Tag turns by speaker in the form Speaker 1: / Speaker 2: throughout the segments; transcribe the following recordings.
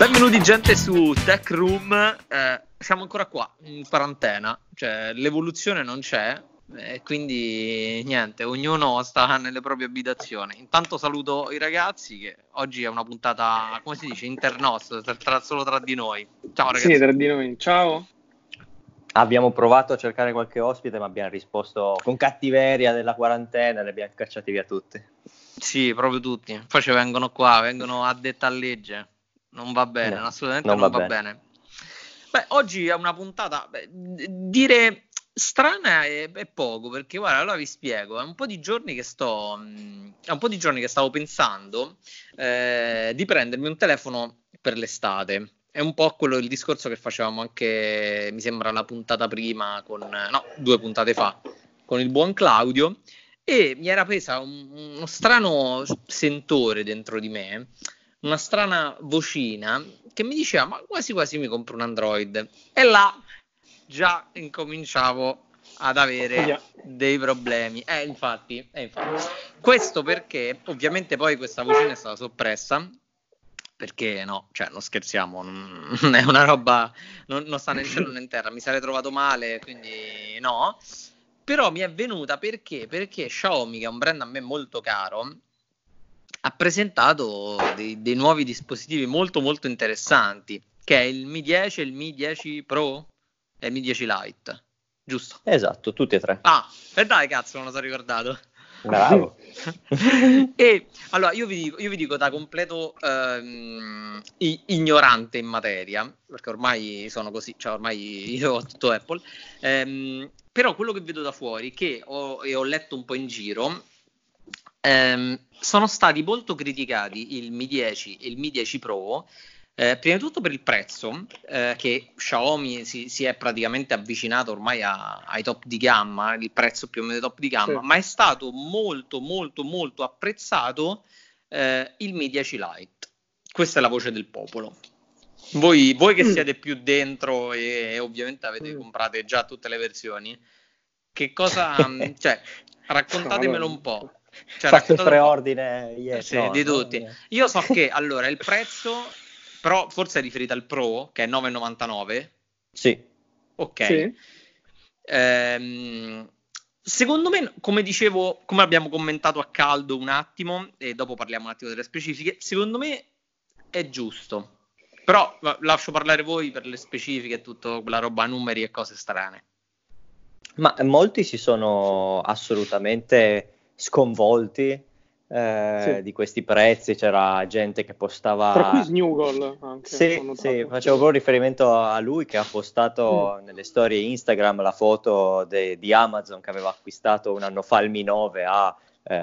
Speaker 1: Benvenuti gente su Tech Room, siamo ancora qua in quarantena, cioè l'evoluzione non c'è, quindi niente, ognuno sta nelle proprie abitazioni. Intanto saluto i ragazzi che oggi è una puntata, come si dice, internos, solo tra di noi. Ciao ragazzi.
Speaker 2: Sì, tra di noi, ciao.
Speaker 3: Abbiamo provato a cercare qualche ospite, ma abbiamo risposto con cattiveria della quarantena e li abbiamo cacciati via tutti.
Speaker 1: Sì, proprio tutti. Poi ci vengono qua, vengono a detta legge. Non va bene,
Speaker 3: No,
Speaker 1: assolutamente non va bene. Beh, oggi è una puntata, dire strana è poco, perché guarda, allora vi spiego, è un po' di giorni che stavo pensando di prendermi un telefono per l'estate. È un po' quello il discorso che facevamo anche, mi sembra, la puntata prima due puntate fa, con il buon Claudio, e mi era presa uno strano sentore dentro di me, una strana vocina che mi diceva ma quasi quasi mi compro un Android, e là già incominciavo ad avere dei problemi. Infatti. Questo perché ovviamente poi questa vocina è stata soppressa, perché no, cioè non scherziamo, non è una roba, non sta né in cielo né in terra, mi sarei trovato male, quindi no. Però mi è venuta perché Xiaomi, che è un brand a me molto caro, ha presentato dei nuovi dispositivi molto molto interessanti, che è il Mi 10 e il Mi 10 Pro e il Mi 10 Lite, giusto?
Speaker 3: Esatto, tutti e tre.
Speaker 1: E dai cazzo, non lo so ricordato.
Speaker 3: Bravo.
Speaker 1: E allora io vi dico da completo ignorante in materia, perché ormai sono così, cioè ormai io ho tutto Apple, però quello che vedo da fuori, che ho letto un po' in giro, sono stati molto criticati il Mi 10 e il Mi 10 Pro, prima di tutto per il prezzo, che Xiaomi si è praticamente avvicinato ormai ai top di gamma, il prezzo più o meno dei top di gamma, sì. Ma è stato molto molto molto apprezzato il Mi 10 Lite. Questa è la voce del popolo. Voi che siete più dentro e ovviamente avete comprate già tutte le versioni, che cosa, cioè, raccontatemelo un po'.
Speaker 3: Cioè, fatto il preordine
Speaker 1: di tutti. Io so che allora il prezzo, però forse è riferito al Pro, che è 9,99.
Speaker 3: Sì.
Speaker 1: Ok.
Speaker 2: Sì.
Speaker 1: Secondo me, come dicevo, come abbiamo commentato a caldo un attimo, e dopo parliamo un attimo delle specifiche, secondo me è giusto. Però lascio parlare voi per le specifiche e tutta quella roba, numeri e cose strane.
Speaker 3: Ma molti si sono assolutamente sconvolti di questi prezzi. C'era gente che postava,
Speaker 2: tra cui Snugol anche,
Speaker 3: sì, facevo proprio riferimento a lui, che ha postato nelle storie Instagram la foto di Amazon, che aveva acquistato un anno fa il Mi 9 a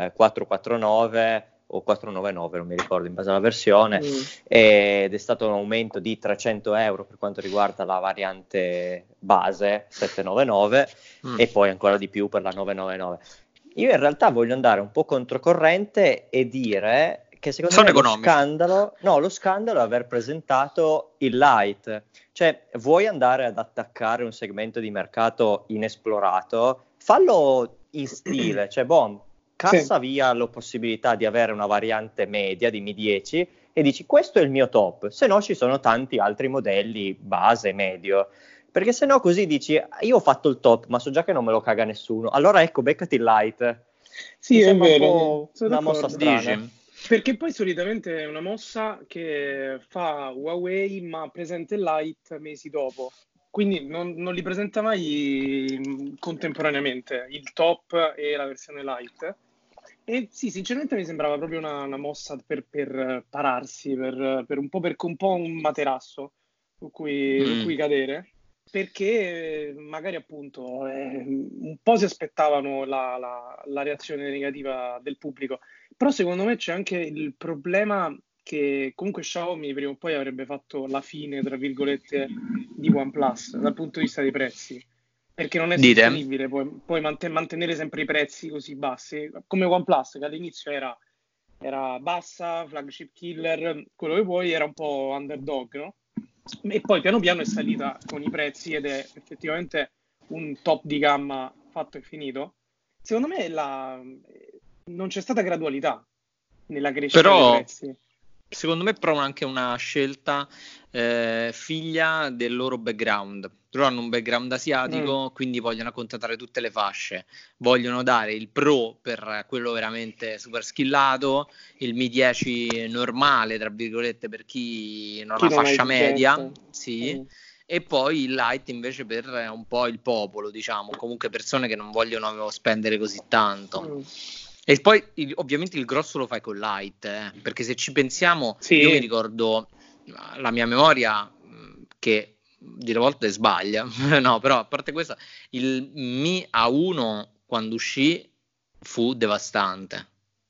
Speaker 3: 449 o 499, non mi ricordo in base alla versione, ed è stato un aumento di 300 euro per quanto riguarda la variante base 799 e poi ancora di più per la 999. Io in realtà voglio andare un po' controcorrente e dire che secondo me lo scandalo è aver presentato il Lite. Cioè, vuoi andare ad attaccare un segmento di mercato inesplorato? Fallo in stile, cioè cassa via la possibilità di avere una variante media di Mi 10 e dici questo è il mio top, se no ci sono tanti altri modelli base, medio. Perché se no così dici, io ho fatto il top, ma so già che non me lo caga nessuno. Allora ecco, beccati il Lite.
Speaker 2: Sì, è vero.
Speaker 3: Una mossa strana.
Speaker 1: Dici?
Speaker 2: Perché poi solitamente è una mossa che fa Huawei, ma presenta il Lite mesi dopo. Quindi non li presenta mai contemporaneamente, il top e la versione Lite. E sì, sinceramente mi sembrava proprio una mossa per pararsi, per un po' un materasso su cui cadere. Perché magari appunto un po' si aspettavano la reazione negativa del pubblico, però secondo me c'è anche il problema che comunque Xiaomi prima o poi avrebbe fatto la fine, tra virgolette, di OnePlus dal punto di vista dei prezzi, perché non è sostenibile poi mantenere sempre i prezzi così bassi, come OnePlus che all'inizio era bassa, flagship killer, quello che vuoi, era un po' underdog, no? E poi piano piano è salita con i prezzi ed è effettivamente un top di gamma fatto e finito. Secondo me non c'è stata gradualità nella crescita dei prezzi.
Speaker 1: secondo me provano anche una scelta figlia del loro background. Loro hanno un background asiatico, quindi vogliono accontentare tutte le fasce. Vogliono dare il Pro per quello veramente super skillato, il Mi 10 normale, tra virgolette, per chi non ha fascia media, sì. E poi il Lite invece per un po' il popolo, diciamo, comunque persone che non vogliono spendere così tanto. E poi ovviamente il grosso lo fai con Lite, perché se ci pensiamo, io mi ricordo la mia memoria che di volte sbaglia, no, però a parte questo, il Mi A1 quando uscì fu devastante.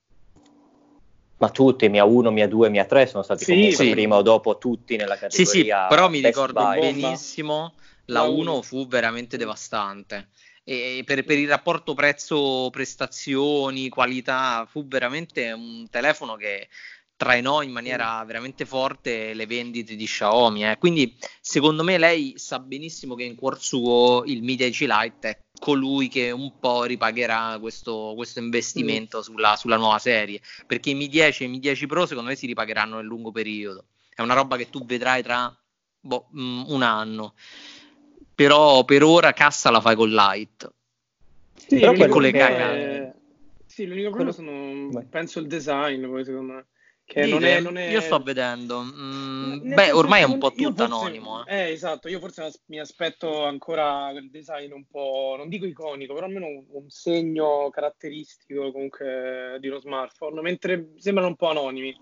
Speaker 3: Ma tutti, Mi A1, Mi A2, Mi A3 sono stati comunque prima o dopo tutti nella categoria.
Speaker 1: Sì, però mi
Speaker 3: Best
Speaker 1: ricordo
Speaker 3: Buy.
Speaker 1: benissimo, la 1 fu veramente devastante. E per il rapporto prezzo-prestazioni, qualità, fu veramente un telefono che trainò in maniera veramente forte le vendite di Xiaomi. Quindi secondo me lei sa benissimo che in cuor suo il Mi 10 Lite è colui che un po' ripagherà questo investimento sulla nuova serie, perché i Mi 10 e i Mi 10 Pro secondo me si ripagheranno nel lungo periodo. È una roba che tu vedrai tra un anno, però per ora cassa la fai con Lite.
Speaker 2: Sì,
Speaker 1: però
Speaker 2: piccole cagate. Sì, l'unico problema sono, penso, il design, poi secondo me. Che non è...
Speaker 1: Io sto vedendo. Ormai è un po' tutto anonimo.
Speaker 2: Esatto, io forse mi aspetto ancora il design un po', non dico iconico, però almeno un segno caratteristico comunque di uno smartphone, mentre sembrano un po' anonimi.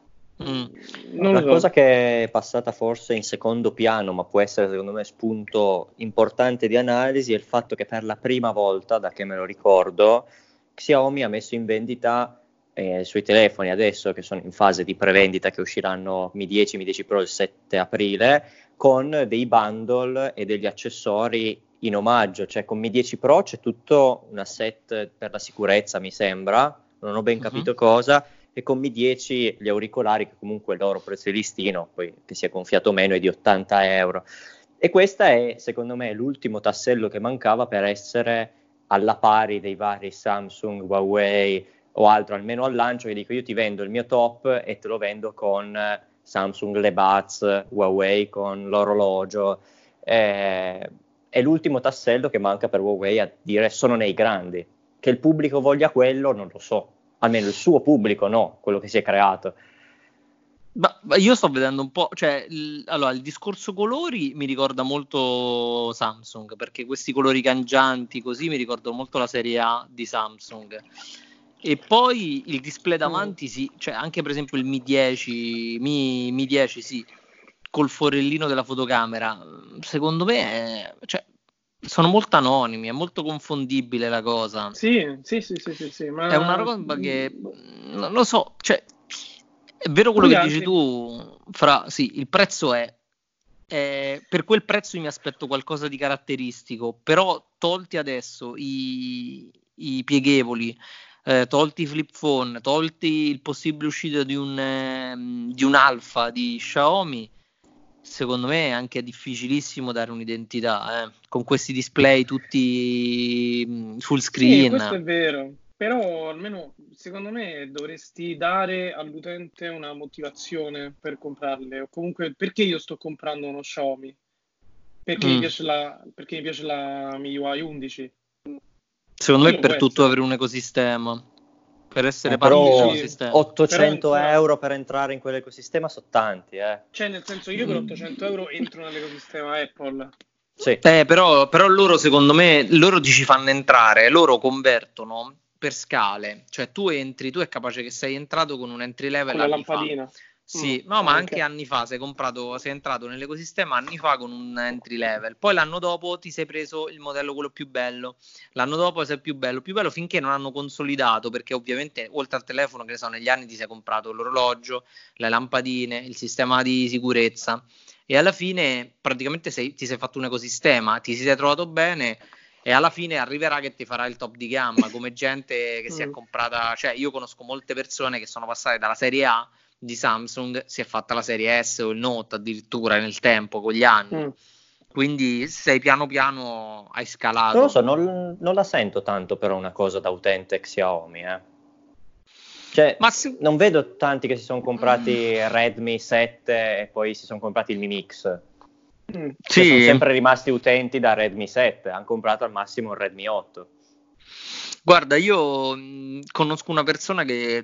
Speaker 3: Una cosa che è passata forse in secondo piano, ma può essere secondo me spunto importante di analisi, è il fatto che per la prima volta, da che me lo ricordo, Xiaomi ha messo in vendita i suoi telefoni adesso che sono in fase di prevendita, che usciranno Mi 10, Mi 10 Pro il 7 aprile, con dei bundle e degli accessori in omaggio. Cioè con Mi 10 Pro c'è tutto un asset per la sicurezza, mi sembra, non ho ben capito cosa, e con Mi 10 gli auricolari, che comunque il loro prezzo di listino, poi che sia gonfiato meno, è di 80 euro. E questo è, secondo me, l'ultimo tassello che mancava per essere alla pari dei vari Samsung, Huawei o altro, almeno al lancio, che dico io ti vendo il mio top e te lo vendo con Samsung le buds, Huawei con l'orologio. È l'ultimo tassello che manca per Huawei a dire sono nei grandi. Che il pubblico voglia quello, non lo so. Almeno il suo pubblico no, quello che si è creato.
Speaker 1: Ma io sto vedendo un po', cioè, allora, il discorso colori mi ricorda molto Samsung, perché questi colori cangianti così mi ricordano molto la serie A di Samsung. E poi il display davanti, sì, cioè anche per esempio il Mi 10, Mi 10, sì, col forellino della fotocamera, secondo me cioè, sono molto anonimi, è molto confondibile la cosa.
Speaker 2: Sì, ma...
Speaker 1: È una roba che, non lo so, cioè, è vero quello che dici tu, sì, il prezzo è, per quel prezzo io mi aspetto qualcosa di caratteristico, però tolti adesso i pieghevoli, tolti i flip phone, tolti il possibile uscita di un alfa di Xiaomi, secondo me è anche difficilissimo dare un'identità, con questi display tutti full screen.
Speaker 2: Sì, questo è vero, però almeno secondo me dovresti dare all'utente una motivazione per comprarle, o comunque perché io sto comprando uno Xiaomi, perché mi piace la MIUI 11.
Speaker 1: Secondo me per tutto avere un ecosistema, per essere parte dell'ecosistema.
Speaker 3: 800 euro per entrare in quell'ecosistema sono tanti,
Speaker 2: Cioè, nel senso, io per 800 euro entro nell'ecosistema Apple.
Speaker 3: Sì.
Speaker 1: Però loro, secondo me, loro ti ci fanno entrare, loro convertono per scale, cioè tu è capace che sei entrato con un entry level
Speaker 2: con la lampadina.
Speaker 1: Sì, no, ma anche anni fa sei entrato nell'ecosistema anni fa con un entry level, poi l'anno dopo ti sei preso il modello quello più bello, l'anno dopo sei più bello finché non hanno consolidato, perché ovviamente oltre al telefono, che ne so, negli anni ti sei comprato l'orologio, le lampadine, il sistema di sicurezza, e alla fine praticamente ti sei fatto un ecosistema, ti sei trovato bene, e alla fine arriverà che ti farà il top di gamma, come gente che si è comprata, cioè io conosco molte persone che sono passate dalla serie A di Samsung, si è fatta la serie S o il Note addirittura nel tempo, con gli anni. Quindi sei piano piano hai scalato.
Speaker 3: Non lo so, non la sento tanto però una cosa da utente Xiaomi, Cioè Cioè,
Speaker 1: Ma
Speaker 3: non vedo tanti che si sono comprati Redmi 7 e poi si sono comprati il Mi Mix. Cioè, sono sempre rimasti utenti da Redmi 7, hanno comprato al massimo il Redmi 8.
Speaker 1: Guarda, io conosco una persona che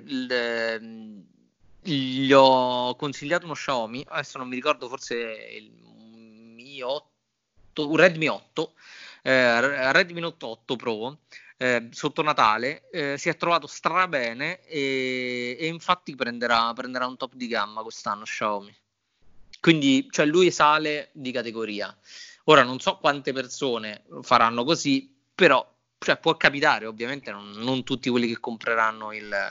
Speaker 1: gli ho consigliato uno Xiaomi, adesso non mi ricordo, forse il Mi 8, un Redmi 8, Redmi Note 8 Pro, sotto Natale, si è trovato strabene e infatti prenderà un top di gamma quest'anno Xiaomi. Quindi, cioè, lui sale di categoria. Ora non so quante persone faranno così, però cioè, può capitare, ovviamente non tutti quelli che compreranno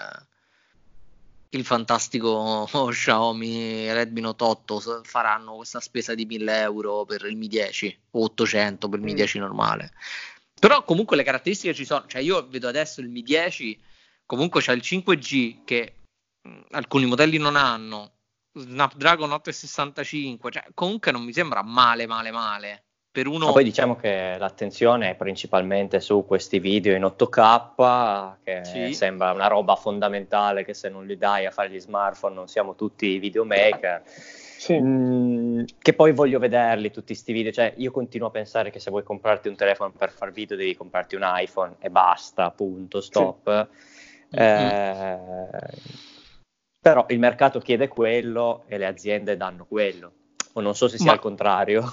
Speaker 1: il fantastico Xiaomi Redmi Note 8 faranno questa spesa di 1.000 euro per il Mi 10 o 800 per il Mi 10 normale. Però comunque le caratteristiche ci sono, cioè io vedo adesso il Mi 10 comunque c'ha il 5G che alcuni modelli non hanno, Snapdragon 865, cioè comunque non mi sembra male per uno.
Speaker 3: Ma poi diciamo che l'attenzione è principalmente su questi video in 8K, che
Speaker 1: Sì.
Speaker 3: sembra una roba fondamentale, che se non li dai a fare gli smartphone non siamo tutti videomaker.
Speaker 2: Sì.
Speaker 3: Che poi voglio vederli tutti sti video, cioè io continuo a pensare che se vuoi comprarti un telefono per far video devi comprarti un iPhone e basta, punto, stop.
Speaker 2: Sì.
Speaker 3: Però il mercato chiede quello e le aziende danno quello, o non so se sia al contrario.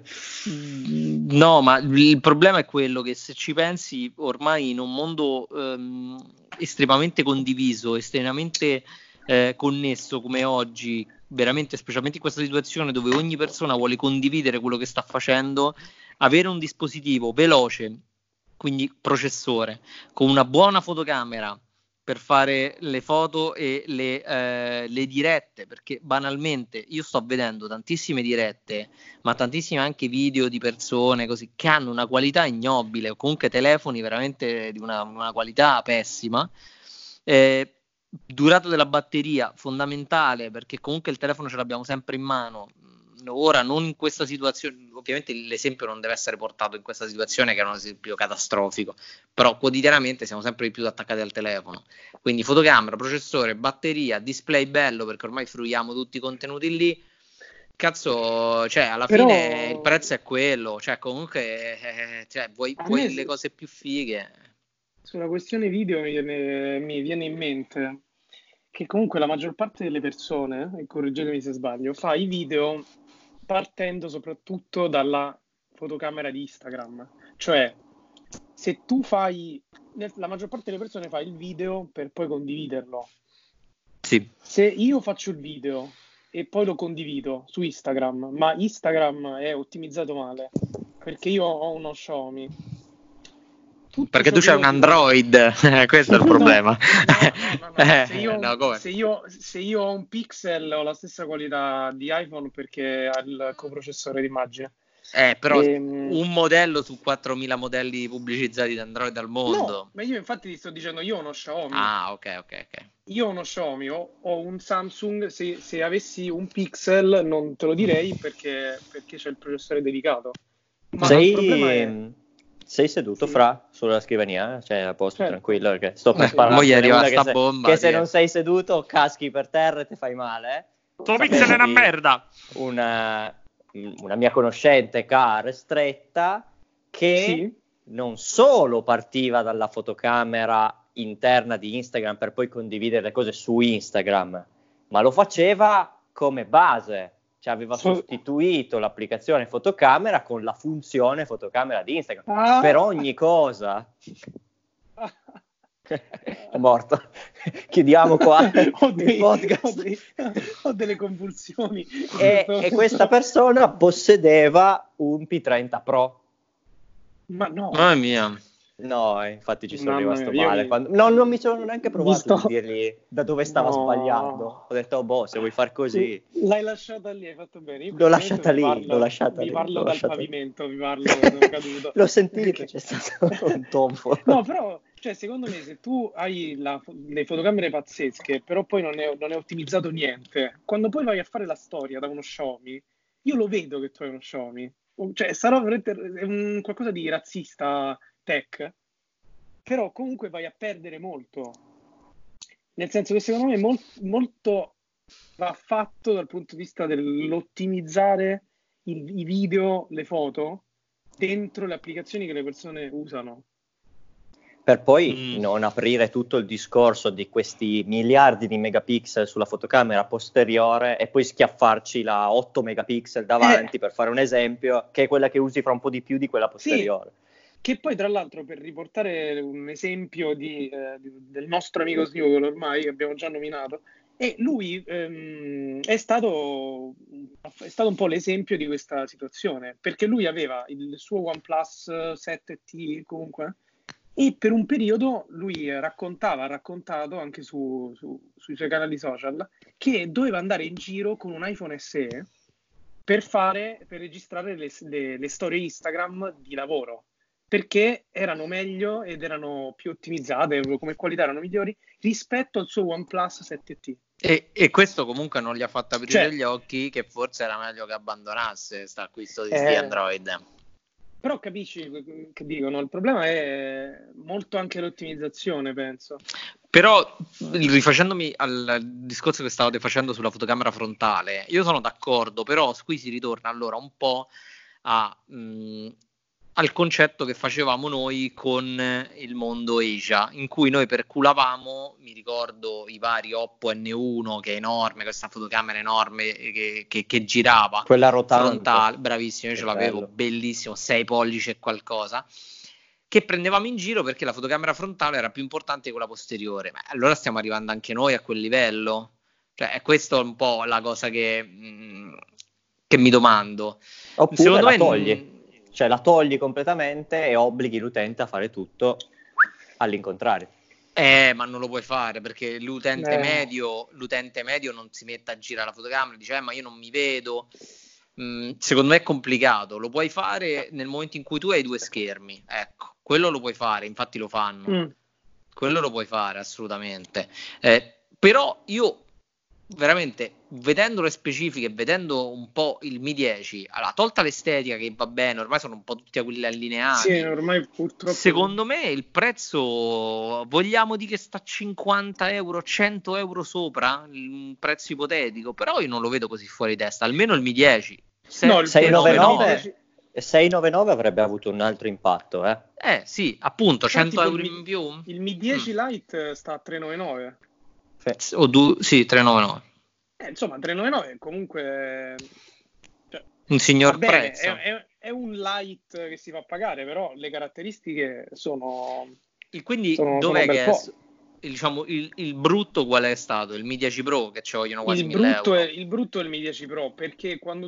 Speaker 1: No, ma il problema è quello che se ci pensi ormai in un mondo estremamente condiviso, estremamente connesso come oggi, veramente specialmente in questa situazione dove ogni persona vuole condividere quello che sta facendo, avere un dispositivo veloce, quindi processore, con una buona fotocamera per fare le foto e le dirette, perché banalmente io sto vedendo tantissime dirette, ma tantissimi anche video di persone così che hanno una qualità ignobile, o comunque telefoni veramente di una qualità pessima. Durata della batteria fondamentale, perché comunque il telefono ce l'abbiamo sempre in mano. Ora non in questa situazione, ovviamente l'esempio non deve essere portato in questa situazione che è un esempio catastrofico, però quotidianamente siamo sempre di più attaccati al telefono, quindi fotocamera, processore, batteria, display bello perché ormai fruiamo tutti i contenuti lì, cazzo, cioè alla fine il prezzo è quello, cioè comunque cioè, vuoi le cose più fighe.
Speaker 2: Sulla questione video mi viene in mente che comunque la maggior parte delle persone, e correggetemi se sbaglio, fa i video partendo soprattutto dalla fotocamera di Instagram. Cioè, se tu la maggior parte delle persone fa il video per poi condividerlo.
Speaker 1: Sì.
Speaker 2: Se io faccio il video e poi lo condivido su Instagram, ma Instagram è ottimizzato male, perché io ho uno Xiaomi.
Speaker 1: Perché tu c'hai un Android, questo è il problema.
Speaker 2: No. Se io ho un Pixel ho la stessa qualità di iPhone perché ha il coprocessore d'immagine.
Speaker 1: Però un modello su 4.000 modelli pubblicizzati di Android al mondo.
Speaker 2: No, ma io infatti ti sto dicendo, io ho uno Xiaomi.
Speaker 1: Ah, ok.
Speaker 2: Io ho uno Xiaomi, ho un Samsung, se avessi un Pixel non te lo direi perché c'è il processore dedicato. Ma il problema è...
Speaker 3: Sei seduto
Speaker 2: Sì.
Speaker 3: sulla scrivania, cioè a posto,
Speaker 2: certo.
Speaker 3: tranquillo, perché sto per sparare che se non sei seduto caschi per terra e ti fai male.
Speaker 1: Tuo Pixel è una merda.
Speaker 3: Una mia conoscente cara stretta che non solo partiva dalla fotocamera interna di Instagram per poi condividere le cose su Instagram, ma lo faceva come base. Cioè aveva sostituito l'applicazione fotocamera con la funzione fotocamera di Instagram per ogni cosa. È morto. Chiudiamo qua il podcast.
Speaker 2: Ho delle convulsioni.
Speaker 3: E questa persona possedeva un P30 Pro.
Speaker 2: Ma no.
Speaker 1: Mamma mia.
Speaker 3: No, infatti ci sono rimasto male. Non mi sono neanche provato a dirgli da dove stava sbagliando. Ho detto, se vuoi far così.
Speaker 2: L'hai lasciata lì, hai fatto bene.
Speaker 3: L'ho lasciata lì.
Speaker 2: Vi parlo dal pavimento, vi parlo dove è caduto.
Speaker 3: L'ho sentito, c'è stato un tonfo.
Speaker 2: No, però, cioè, secondo me, se tu hai le fotocamere pazzesche, però poi non è ottimizzato niente, quando poi vai a fare la storia da uno Xiaomi, io lo vedo che tu hai uno Xiaomi. Cioè, sarà veramente qualcosa di razzista tech, però comunque vai a perdere molto. Nel senso che secondo me molto va fatto dal punto di vista dell'ottimizzare i video, le foto dentro le applicazioni che le persone usano.
Speaker 3: Per poi non aprire tutto il discorso di questi miliardi di megapixel sulla fotocamera posteriore e poi schiaffarci la 8 megapixel davanti, per fare un esempio, che è quella che usi fra un po' di più di quella posteriore.
Speaker 2: Sì, che poi tra l'altro, per riportare un esempio del nostro amico Sniugolo, ormai abbiamo già nominato, e lui è stato un po' l'esempio di questa situazione, perché lui aveva il suo OnePlus 7T comunque, e per un periodo lui ha raccontato anche sui suoi canali social che doveva andare in giro con un iPhone SE per registrare le storie Instagram di lavoro, perché erano meglio ed erano più ottimizzate, come qualità erano migliori rispetto al suo OnePlus 7T.
Speaker 1: E questo comunque non gli ha fatto aprire gli occhi che forse era meglio che abbandonasse questo acquisto di Android.
Speaker 2: Però capisci che dicono, il problema è molto anche l'ottimizzazione, penso.
Speaker 1: Però, rifacendomi al discorso che stavate facendo sulla fotocamera frontale, io sono d'accordo, però qui si ritorna allora un po' al concetto che facevamo noi con il mondo Asia, in cui noi perculavamo, mi ricordo, i vari Oppo N1, che è enorme, questa fotocamera enorme che girava.
Speaker 3: Quella rotante.
Speaker 1: Frontale, bravissimo, io ce l'avevo, bello. Bellissimo, 6 pollici e qualcosa, che prendevamo in giro perché la fotocamera frontale era più importante di quella posteriore. Ma allora stiamo arrivando anche noi a quel livello? Cioè, è questo un po' la cosa che mi domando.
Speaker 3: Oppure secondo me togli. Cioè la togli completamente e obblighi l'utente a fare tutto all'incontrario.
Speaker 1: Ma non lo puoi fare perché l'utente medio non si mette a girare la fotocamera e dice ma io non mi vedo. Secondo me è complicato. Lo puoi fare nel momento in cui tu hai 2 schermi. Ecco, quello lo puoi fare, infatti lo fanno. Quello lo puoi fare assolutamente. Però io veramente, vedendo le specifiche, vedendo un po' il Mi 10, allora, tolta l'estetica che va bene, ormai sono un po' tutti quelli allineati.
Speaker 2: Sì, ormai purtroppo.
Speaker 1: Secondo me il prezzo, vogliamo dire che sta 50 euro, 100 euro sopra, un prezzo ipotetico, però io non lo vedo così fuori testa, almeno il Mi 10.
Speaker 3: No, il 699 avrebbe avuto un altro impatto,
Speaker 1: sì, appunto, 100 euro in più.
Speaker 2: Il Mi 10 Lite sta a 399.
Speaker 1: Sì, 399.
Speaker 2: Insomma, 399 comunque
Speaker 1: un signor prezzo.
Speaker 2: È un light che si fa pagare, però le caratteristiche sono.
Speaker 1: E quindi dov'è che è? Diciamo il brutto qual è stato? Il Mi 10 Pro che ci vogliono quasi 1000 euro.
Speaker 2: Il brutto è il Mi 10 Pro, perché quando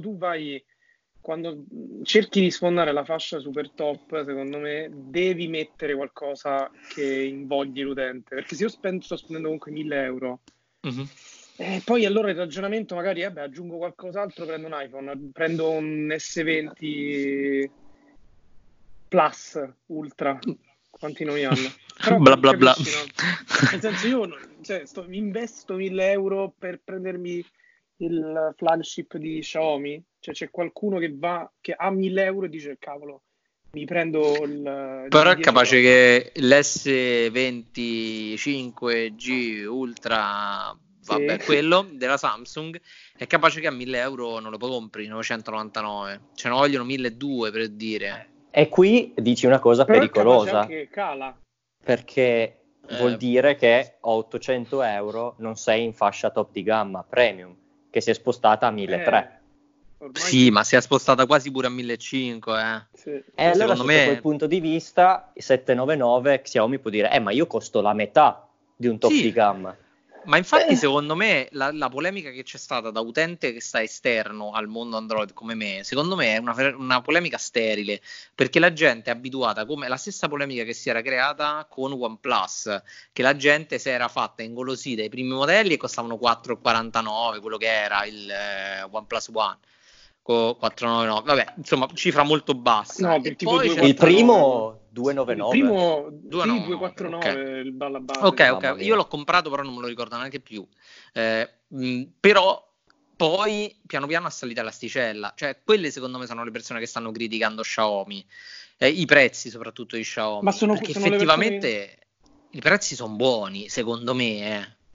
Speaker 2: cerchi di sfondare la fascia super top, secondo me devi mettere qualcosa che invogli l'utente, perché se io sto spendendo comunque 1000 euro poi allora il ragionamento magari aggiungo qualcos'altro, prendo un iPhone, prendo un S20 Plus Ultra, quanti nomi hanno? Però
Speaker 1: bla bla bla.
Speaker 2: Nel senso io investo 1000 euro per prendermi il flagship di Xiaomi, cioè c'è qualcuno che ha 1000 euro e dice cavolo, mi prendo il
Speaker 1: però è capace che l'S20 5G Ultra, vabbè, quello della Samsung, è capace che a 1000 euro non lo compri, 999, ce ne vogliono 1200 per dire.
Speaker 3: E qui dici una cosa
Speaker 2: però
Speaker 3: pericolosa,
Speaker 2: che cala.
Speaker 3: Perché vuol dire che a 800 euro non sei in fascia top di gamma premium, che si è spostata a 1300.
Speaker 1: Sì, ma si è spostata quasi pure a 1500.
Speaker 2: Sì.
Speaker 3: E allora sotto quel punto di vista 799 Xiaomi può dire ma io costo la metà di un top di gamma.
Speaker 1: Ma infatti secondo me la polemica che c'è stata da utente che sta esterno al mondo Android come me, secondo me è una polemica sterile, perché la gente è abituata, come la stessa polemica che si era creata con OnePlus, che la gente si era fatta ingolosita i primi modelli e costavano 4,49, quello che era il OnePlus One. 499, vabbè, insomma, cifra molto bassa.
Speaker 2: No, poi
Speaker 3: il primo 299.
Speaker 2: Il primo
Speaker 1: 249,
Speaker 2: 249, il balla base.
Speaker 1: Ok, io l'ho comprato, però non me lo ricordo neanche più. Però poi piano piano è salita l'asticella. Cioè, quelle secondo me sono le persone che stanno criticando Xiaomi, i prezzi soprattutto di Xiaomi.
Speaker 2: Ma
Speaker 1: perché effettivamente i prezzi sono buoni, secondo me.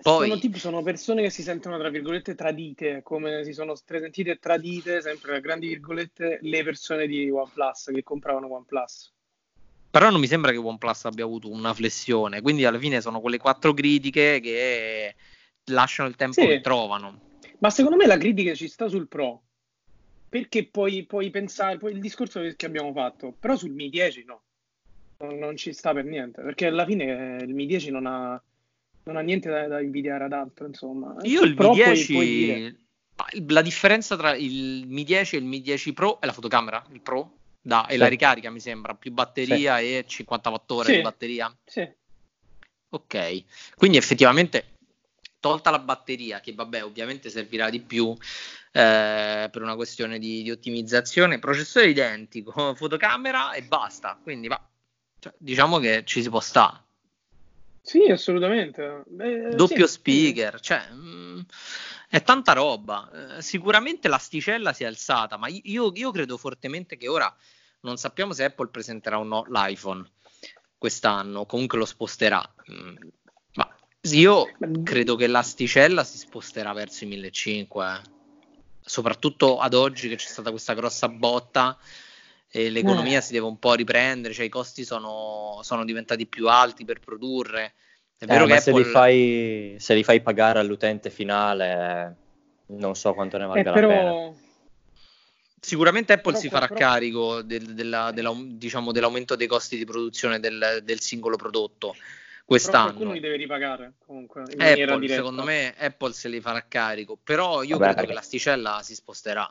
Speaker 1: Poi,
Speaker 2: sono persone che si sentono, tra virgolette, tradite, come si sono sentite tradite, sempre a grandi virgolette, le persone di OnePlus che compravano OnePlus.
Speaker 1: però non mi sembra che OnePlus abbia avuto una flessione, quindi alla fine sono quelle 4 critiche che lasciano il tempo che
Speaker 2: Sì,
Speaker 1: trovano.
Speaker 2: ma secondo me la critica ci sta sul Pro, perché puoi pensare, poi il discorso che abbiamo fatto, però sul Mi 10 no, non ci sta per niente, perché alla fine il Mi 10 non ha niente da invidiare ad altro, insomma.
Speaker 1: Io
Speaker 2: Sul
Speaker 1: il Mi
Speaker 2: Pro puoi dire,
Speaker 1: 10, la differenza tra il Mi 10 e il Mi 10 Pro è la fotocamera, il Pro, e
Speaker 3: Sì,
Speaker 1: la ricarica mi sembra, più
Speaker 3: sì.
Speaker 1: batteria e 54 ore di
Speaker 2: sì,
Speaker 1: batteria.
Speaker 2: sì,
Speaker 1: Ok, quindi effettivamente, tolta la batteria, che vabbè ovviamente servirà di più per una questione di ottimizzazione, processore identico, fotocamera e basta, quindi cioè, diciamo che ci si può stare.
Speaker 2: sì, assolutamente.
Speaker 1: Doppio
Speaker 2: Sì, sì.
Speaker 1: speaker, cioè è tanta roba. Sicuramente l'asticella si è alzata, ma io credo fortemente che ora non sappiamo se Apple presenterà o no l'iPhone quest'anno, comunque lo sposterà. Ma io
Speaker 2: Ma-
Speaker 1: credo che l'asticella si sposterà verso i 1500, soprattutto ad oggi che c'è stata questa grossa botta e l'economia
Speaker 2: eh.
Speaker 1: si deve un po' riprendere, cioè i costi sono diventati più alti per produrre. È vero che
Speaker 3: Ma
Speaker 1: Apple,
Speaker 3: se li fai pagare all'utente finale, non so quanto ne valga la pena.
Speaker 2: Però,
Speaker 1: sicuramente Apple
Speaker 2: però,
Speaker 1: si farà
Speaker 2: però,
Speaker 1: carico diciamo, dell'aumento dei costi di produzione del singolo prodotto
Speaker 2: però qualcuno li
Speaker 1: quest'anno.
Speaker 2: deve ripagare comunque in maniera
Speaker 1: Apple, secondo
Speaker 2: diretta.
Speaker 1: me, Apple se li farà carico, però io
Speaker 3: Vabbè,
Speaker 1: credo che
Speaker 3: perché
Speaker 1: l'asticella si sposterà.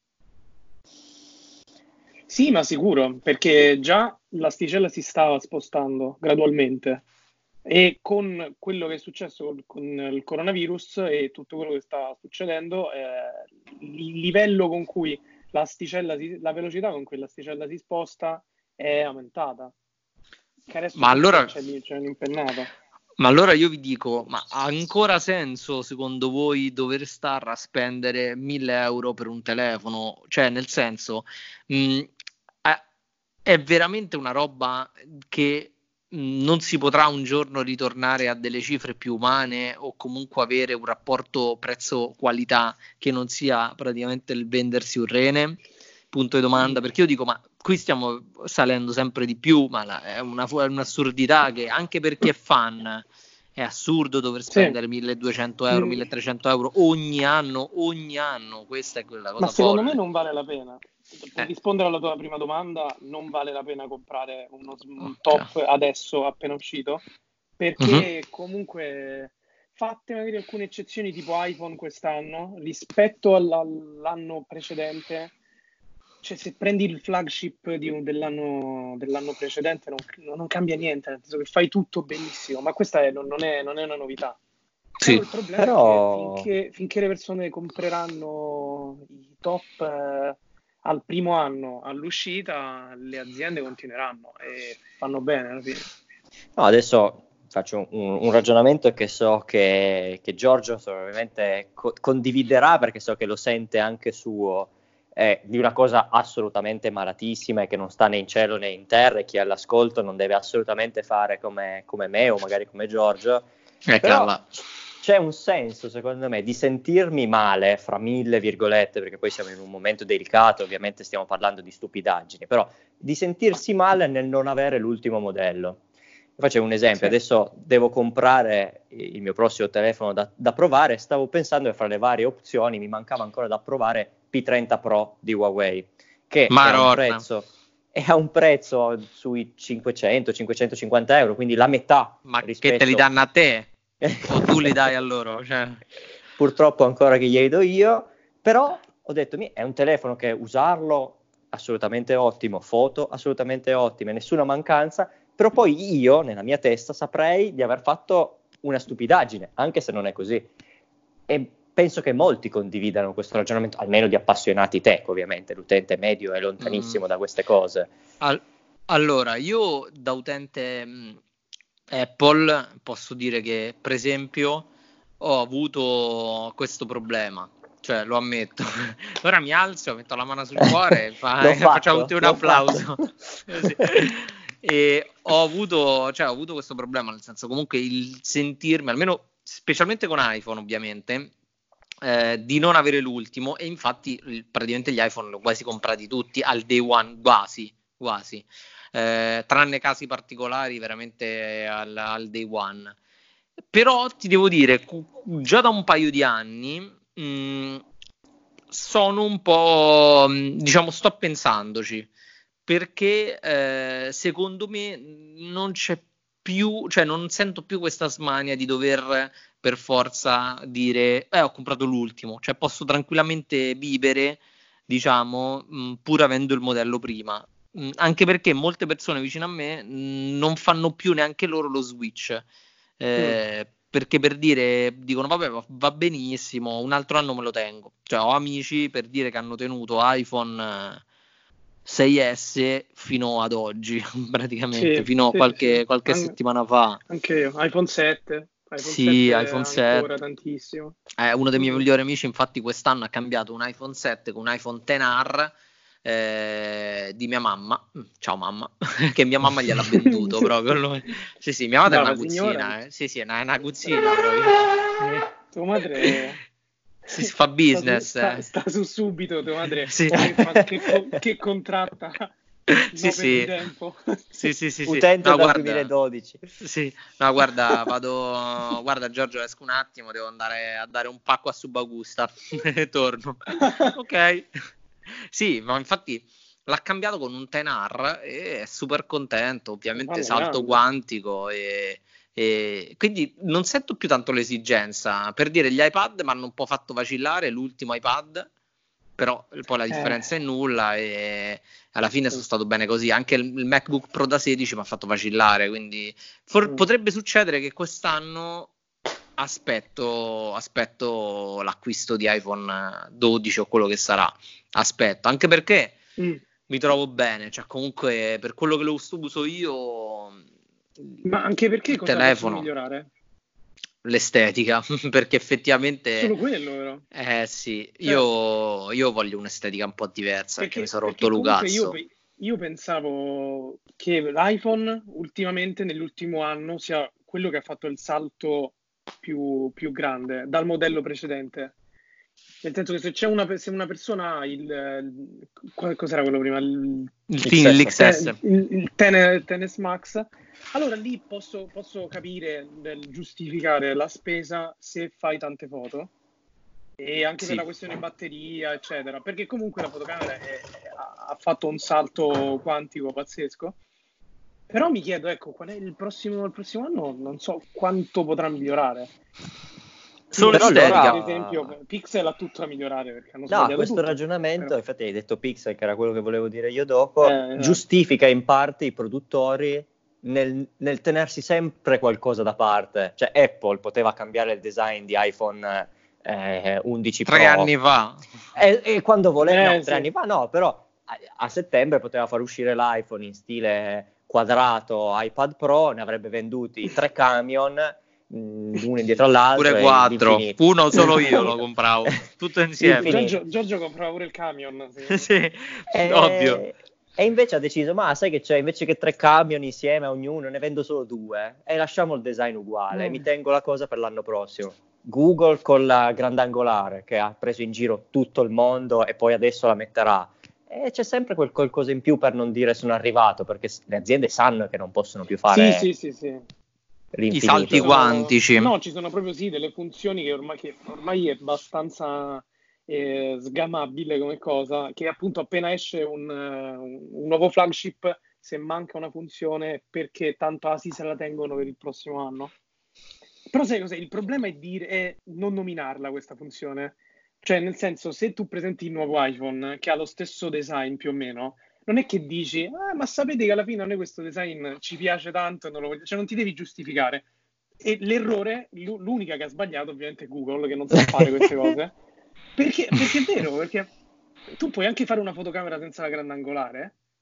Speaker 2: Sì, ma sicuro, perché già l'asticella si stava spostando gradualmente e con quello che è successo con il coronavirus e tutto quello che sta succedendo, il livello con cui la velocità con cui l'asticella si sposta è aumentata, che adesso
Speaker 1: Ma
Speaker 2: sì
Speaker 1: allora,
Speaker 2: c'è un'impennata.
Speaker 1: ma allora io vi dico, ma ha ancora senso secondo voi dover stare a spendere 1000 euro per un telefono? Cioè, nel senso, è, è veramente una roba che non si potrà un giorno ritornare a delle cifre più umane o comunque avere un rapporto prezzo-qualità che non sia praticamente il vendersi un rene? Punto di domanda, perché io dico, ma qui stiamo salendo sempre di più, ma è un'assurdità che anche per chi è fan è assurdo dover
Speaker 2: Sì.
Speaker 1: spendere 1200 euro,
Speaker 2: Mm.
Speaker 1: 1300 euro ogni anno, questa è quella
Speaker 2: Ma
Speaker 1: cosa
Speaker 2: secondo me
Speaker 1: folle.
Speaker 2: non vale la pena. Per
Speaker 1: Eh,
Speaker 2: rispondere alla tua prima domanda, non vale la pena comprare un
Speaker 1: ok.
Speaker 2: top adesso appena uscito,
Speaker 1: Mhm.
Speaker 2: perché comunque, fatte magari alcune eccezioni tipo iPhone quest'anno, rispetto all'anno precedente, cioè se prendi il flagship dell'anno precedente non cambia niente, nel senso che fai tutto benissimo, ma questa non è una novità. Però
Speaker 1: Sì.
Speaker 2: il problema è che
Speaker 3: però
Speaker 2: finché le persone compreranno i top al primo anno all'uscita, le aziende continueranno e fanno bene alla fine.
Speaker 3: no, adesso faccio un ragionamento che so che Giorgio probabilmente condividerà perché so che lo sente anche suo, di una cosa assolutamente malatissima e che non sta né in cielo né in terra e chi è all'ascolto non deve assolutamente fare come me o magari come Giorgio, però
Speaker 1: Calla.
Speaker 3: c'è un senso secondo me di sentirmi male, fra mille virgolette, perché poi siamo in un momento delicato, ovviamente stiamo parlando di stupidaggini, però di sentirsi male nel non avere l'ultimo modello. Faccio un esempio,
Speaker 2: Sì.
Speaker 3: adesso devo comprare il mio prossimo telefono da provare, stavo pensando che fra le varie opzioni mi mancava ancora da provare P30 Pro di Huawei, che
Speaker 1: Maronna.
Speaker 3: è a un prezzo sui 500-550 euro, quindi la metà
Speaker 1: Ma che te li
Speaker 3: rispetto...
Speaker 1: danno a te? O tu li dai a loro? Cioè,
Speaker 3: Purtroppo ancora che glieli do io, però ho detto, è un telefono che usarlo assolutamente ottimo, foto assolutamente ottime, nessuna mancanza, però poi io nella mia testa saprei di aver fatto una stupidaggine, anche se non è così. E penso che molti condividano questo ragionamento, almeno di appassionati tech, ovviamente, l'utente medio è
Speaker 1: mm,
Speaker 3: lontanissimo da queste cose.
Speaker 1: allora, io da utente Apple posso dire che, per esempio, ho avuto questo problema, cioè lo ammetto. Ora mi alzo, metto la mano sul cuore e facciamo tutti un
Speaker 3: L'ho fatto.
Speaker 1: applauso. Sì. E ho avuto questo problema, nel senso comunque il sentirmi, almeno specialmente con iPhone ovviamente, di non avere l'ultimo, e infatti praticamente gli iPhone li ho quasi comprati tutti al day one, quasi. Tranne casi particolari veramente al day one. Però ti devo dire, già da un paio di anni sono un po', diciamo, sto pensandoci, perché secondo me non c'è più, cioè non sento più questa smania di dover per forza dire ho comprato l'ultimo, cioè posso tranquillamente vivere, diciamo, pur avendo il modello prima. Anche perché molte persone vicino a me non fanno più neanche loro lo switch, perché per dire, dicono vabbè, va benissimo, un altro anno me lo tengo. Cioè ho amici per dire che hanno tenuto iPhone 6S fino ad oggi praticamente, fino a qualche settimana fa.
Speaker 2: Anche io, iPhone 7.
Speaker 1: Sì, iPhone 7
Speaker 2: ancora tantissimo.
Speaker 1: Uno dei miei migliori amici infatti quest'anno ha cambiato un iPhone 7 con un iPhone XR di mia mamma. Ciao mamma, che mia mamma gliel'ha venduto proprio. Sì, mia madre è una guzzina, Sì, è una guzzina proprio.
Speaker 2: Tua madre
Speaker 1: si fa business.
Speaker 2: Sta su subito tua madre.
Speaker 1: Sì.
Speaker 2: Che contratta.
Speaker 1: Sì.
Speaker 2: Tempo.
Speaker 1: Sì.
Speaker 3: Utente dal 2012.
Speaker 1: Sì, no, guarda, guarda Giorgio, esco un attimo, devo andare a dare un pacco a Subagusta e torno. Ok. Sì, ma infatti l'ha cambiato con un Tenar e è super contento, ovviamente salto quantico e quindi non sento più tanto l'esigenza. Per dire, gli iPad mi hanno un po' fatto vacillare, l'ultimo iPad, però poi la differenza è nulla e alla fine sono stato bene così. Anche il MacBook Pro da 16 mi ha fatto vacillare, quindi potrebbe succedere che quest'anno aspetto l'acquisto di iPhone 12 o quello che sarà, anche perché mi trovo bene, cioè comunque per quello che lo uso io.
Speaker 2: Ma anche perché cosa telefono migliorare?
Speaker 1: L'estetica, perché effettivamente
Speaker 2: solo quello, vero?
Speaker 1: Sì, certo. io voglio un'estetica un po' diversa, perché mi sono rotto l'ugazzo.
Speaker 2: Io pensavo che l'iPhone ultimamente nell'ultimo anno sia quello che ha fatto il salto più grande dal modello precedente. Nel senso che se una persona ha cos'era quello prima?
Speaker 1: l'XS.
Speaker 2: Il XS Max. Allora lì posso capire nel giustificare la spesa se fai tante foto e anche per la questione batteria, eccetera, perché comunque la fotocamera ha fatto un salto quantico pazzesco. Però mi chiedo, ecco, qual è il prossimo anno? Non so quanto potrà migliorare.
Speaker 1: Solo l'estetica.
Speaker 2: Ad esempio, Pixel ha tutto da migliorare perché hanno sbagliato
Speaker 3: questo
Speaker 2: tutto,
Speaker 3: ragionamento, però... infatti hai detto Pixel, che era quello che volevo dire io dopo, giustifica in parte i produttori nel tenersi sempre qualcosa da parte. Cioè Apple poteva cambiare il design di iPhone 11 Pro
Speaker 1: 3 anni fa
Speaker 3: e quando voleva, 3 anni fa no, però a settembre poteva far uscire l'iPhone in stile quadrato iPad Pro, ne avrebbe venduti 3 camion, uno dietro all'altro,
Speaker 1: pure 4, uno solo io lo compravo tutto insieme.
Speaker 2: Giorgio comprava pure il camion.
Speaker 1: Sì, ovvio.
Speaker 3: E invece ha deciso, ma sai che c'è, invece che 3 camion insieme a ognuno, ne vendo solo 2 e lasciamo il design uguale, mi tengo la cosa per l'anno prossimo. Google con la grandangolare che ha preso in giro tutto il mondo e poi adesso la metterà. E c'è sempre qualcosa in più per non dire sono arrivato, perché le aziende sanno che non possono più fare
Speaker 2: sì.
Speaker 3: I
Speaker 1: salti quantici.
Speaker 2: No, ci sono proprio delle funzioni che ormai è abbastanza sgamabile come cosa, che appunto appena esce un nuovo flagship, se manca una funzione perché tanto se la tengono per il prossimo anno. Però sai cos'è? Il problema è non nominarla questa funzione. Cioè, nel senso, se tu presenti il nuovo iPhone che ha lo stesso design più o meno, non è che dici, ma sapete che alla fine a noi questo design ci piace tanto e non lo voglio. Cioè, non ti devi giustificare. E l'errore, l'unica che ha sbagliato ovviamente è Google, che non sa fare queste cose. Perché è vero, perché tu puoi anche fare una fotocamera senza la grandangolare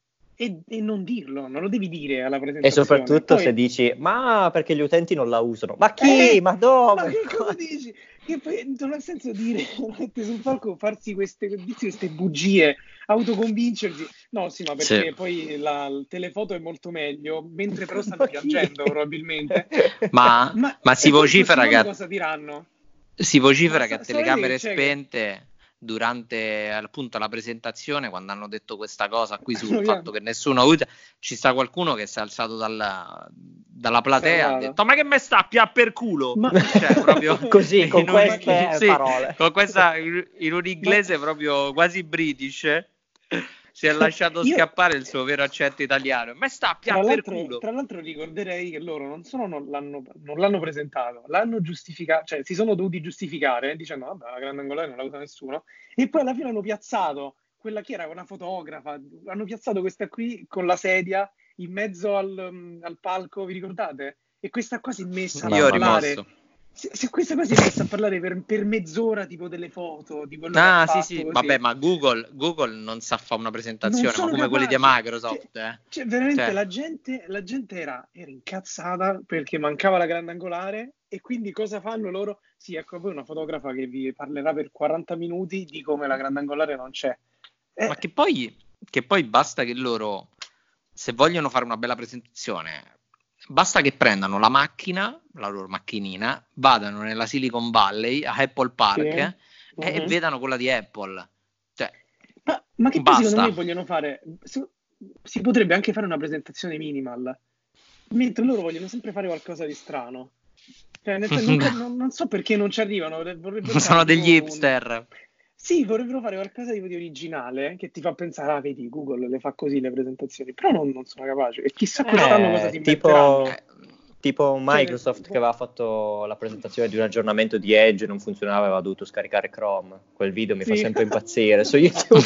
Speaker 2: e non dirlo, non lo devi dire alla
Speaker 3: E
Speaker 2: presentazione.
Speaker 3: soprattutto
Speaker 2: Poi,
Speaker 3: se dici, ma perché gli utenti non la usano? Ma chi? Ma
Speaker 2: ma
Speaker 3: dove?
Speaker 2: che cosa dici? Che poi non ha senso dire, mettere sul palco, farsi queste bugie, autoconvincersi. No, sì, ma
Speaker 1: Sì.
Speaker 2: perché poi il telefoto è molto meglio, mentre però stanno
Speaker 3: Ma chi?
Speaker 2: piangendo probabilmente.
Speaker 1: Ma si
Speaker 2: E poi questi
Speaker 1: vocifera
Speaker 2: nomi
Speaker 1: che
Speaker 2: cosa diranno?
Speaker 1: si vocifera che a
Speaker 2: Sapete che
Speaker 1: telecamere
Speaker 2: c'è che
Speaker 1: spente durante appunto la presentazione, quando hanno detto questa cosa qui sul
Speaker 2: hanno
Speaker 1: fatto che nessuno usa, ci sta qualcuno che si è alzato dalla platea e ha
Speaker 2: serrata?
Speaker 1: detto: ma che me sta a per culo?
Speaker 2: Ma
Speaker 1: Cioè, proprio
Speaker 3: Così, con
Speaker 1: in
Speaker 3: queste
Speaker 1: sì,
Speaker 3: parole.
Speaker 1: con questa in un
Speaker 2: ma
Speaker 1: inglese proprio quasi british. Si è lasciato
Speaker 2: io
Speaker 1: scappare il suo vero accento italiano. Me sta a per culo.
Speaker 2: tra l'altro ricorderei che loro non solo non l'hanno presentato, l'hanno giustificato, cioè si sono dovuti giustificare dicendo vabbè la grande angolare non la usa nessuno e poi alla fine hanno piazzato quella che era una fotografa, hanno piazzato questa qui con la sedia in mezzo al palco, vi ricordate? E questa qua si è messa a
Speaker 1: Io ho
Speaker 3: Mamma mia.
Speaker 2: parlare.
Speaker 1: rimosso.
Speaker 2: Se questa qua si è messa a parlare per mezz'ora tipo delle foto, di quello che ha
Speaker 1: Ah, sì,
Speaker 2: fatto
Speaker 1: sì,
Speaker 2: così.
Speaker 1: vabbè, ma Google non sa fare una
Speaker 2: Non
Speaker 1: presentazione, ma
Speaker 2: sono
Speaker 1: come quelli di
Speaker 2: capaci. Cioè,
Speaker 1: Microsoft, eh.
Speaker 2: veramente
Speaker 1: Cioè,
Speaker 2: la gente era incazzata perché mancava la grande angolare e quindi cosa fanno loro? Sì, ecco poi una fotografa che vi parlerà per 40 minuti di come la grande angolare non c'è.
Speaker 1: ma che poi basta che loro, se vogliono fare una bella presentazione, basta che prendano la macchina, la loro macchinina, vadano nella Silicon Valley, a Apple
Speaker 2: Sì.
Speaker 1: Park, e
Speaker 2: Mhm.
Speaker 1: vedano quella di Apple. Cioè,
Speaker 2: Ma che poi secondo me
Speaker 1: basta.
Speaker 2: vogliono fare, si potrebbe anche fare una presentazione minimal, mentre loro vogliono sempre fare qualcosa di strano. Cioè, nel senso, non so perché non ci arrivano, vorrebbero
Speaker 1: Sono
Speaker 2: fare
Speaker 1: degli
Speaker 2: tipo
Speaker 1: hipster.
Speaker 2: Sì, vorrebbero fare qualcosa tipo di originale che ti fa pensare, ah, vedi, Google le fa così le presentazioni, però non sono capaci. E chissà quest'anno cosa si inventeranno.
Speaker 3: Tipo, tipo
Speaker 2: Cioè,
Speaker 3: Microsoft che aveva fatto la presentazione di un aggiornamento di Edge e non funzionava, aveva dovuto scaricare Chrome. Quel video mi fa
Speaker 2: sì.
Speaker 3: sempre impazzire su YouTube.